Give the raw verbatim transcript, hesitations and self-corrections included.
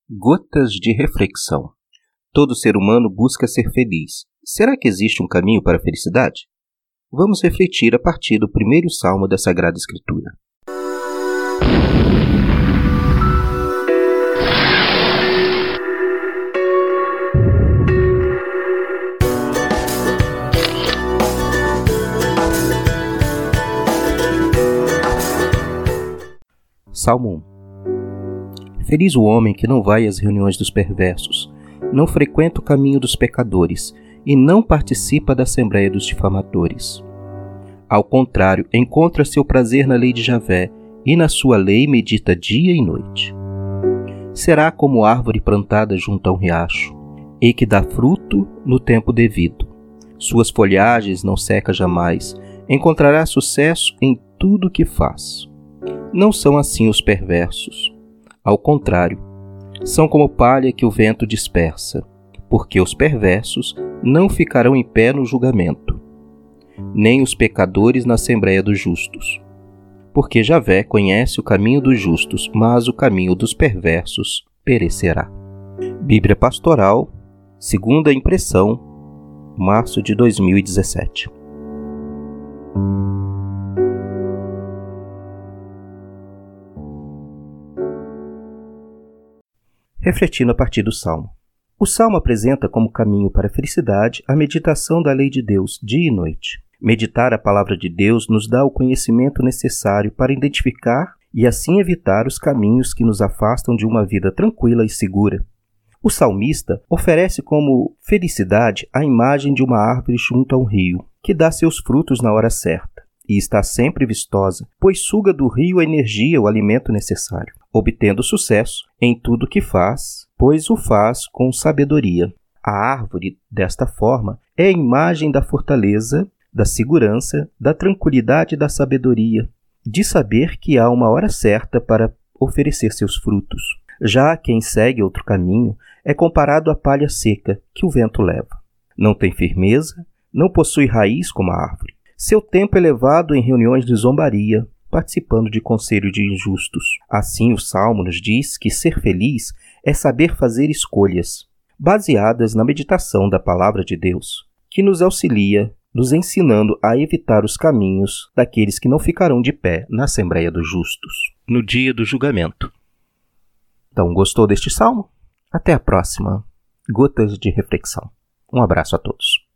Gotas de reflexão. Todo ser humano busca ser feliz. Será que existe um caminho para a felicidade? Vamos refletir a partir do primeiro salmo da Sagrada Escritura. Salmo um. Feliz o homem que não vai às reuniões dos perversos, não frequenta o caminho dos pecadores e não participa da assembleia dos difamadores. Ao contrário, encontra seu prazer na lei de Javé e na sua lei medita dia e noite. Será como árvore plantada junto a um riacho e que dá fruto no tempo devido. Suas folhagens não secam jamais, encontrará sucesso em tudo o que faz. Não são assim os perversos. Ao contrário, são como palha que o vento dispersa, porque os perversos não ficarão em pé no julgamento, nem os pecadores na assembleia dos justos. Porque Javé conhece o caminho dos justos, mas o caminho dos perversos perecerá. Bíblia Pastoral, segunda impressão, março de dois mil e dezessete. Refletindo a partir do Salmo. O Salmo apresenta como caminho para a felicidade a meditação da lei de Deus, dia e noite. Meditar a palavra de Deus nos dá o conhecimento necessário para identificar e assim evitar os caminhos que nos afastam de uma vida tranquila e segura. O salmista oferece como felicidade a imagem de uma árvore junto a um rio, que dá seus frutos na hora certa e está sempre vistosa, pois suga do rio a energia, o alimento necessário, obtendo sucesso em tudo que faz, pois o faz com sabedoria. A árvore, desta forma, é a imagem da fortaleza, da segurança, da tranquilidade e da sabedoria, de saber que há uma hora certa para oferecer seus frutos. Já quem segue outro caminho é comparado à palha seca que o vento leva. Não tem firmeza, não possui raiz como a árvore. Seu tempo é levado em reuniões de zombaria, participando de conselho de injustos. Assim, o Salmo nos diz que ser feliz é saber fazer escolhas, baseadas na meditação da Palavra de Deus, que nos auxilia, nos ensinando a evitar os caminhos daqueles que não ficarão de pé na Assembleia dos Justos, no dia do julgamento. Então, gostou deste Salmo? Até a próxima. Gotas de reflexão. Um abraço a todos.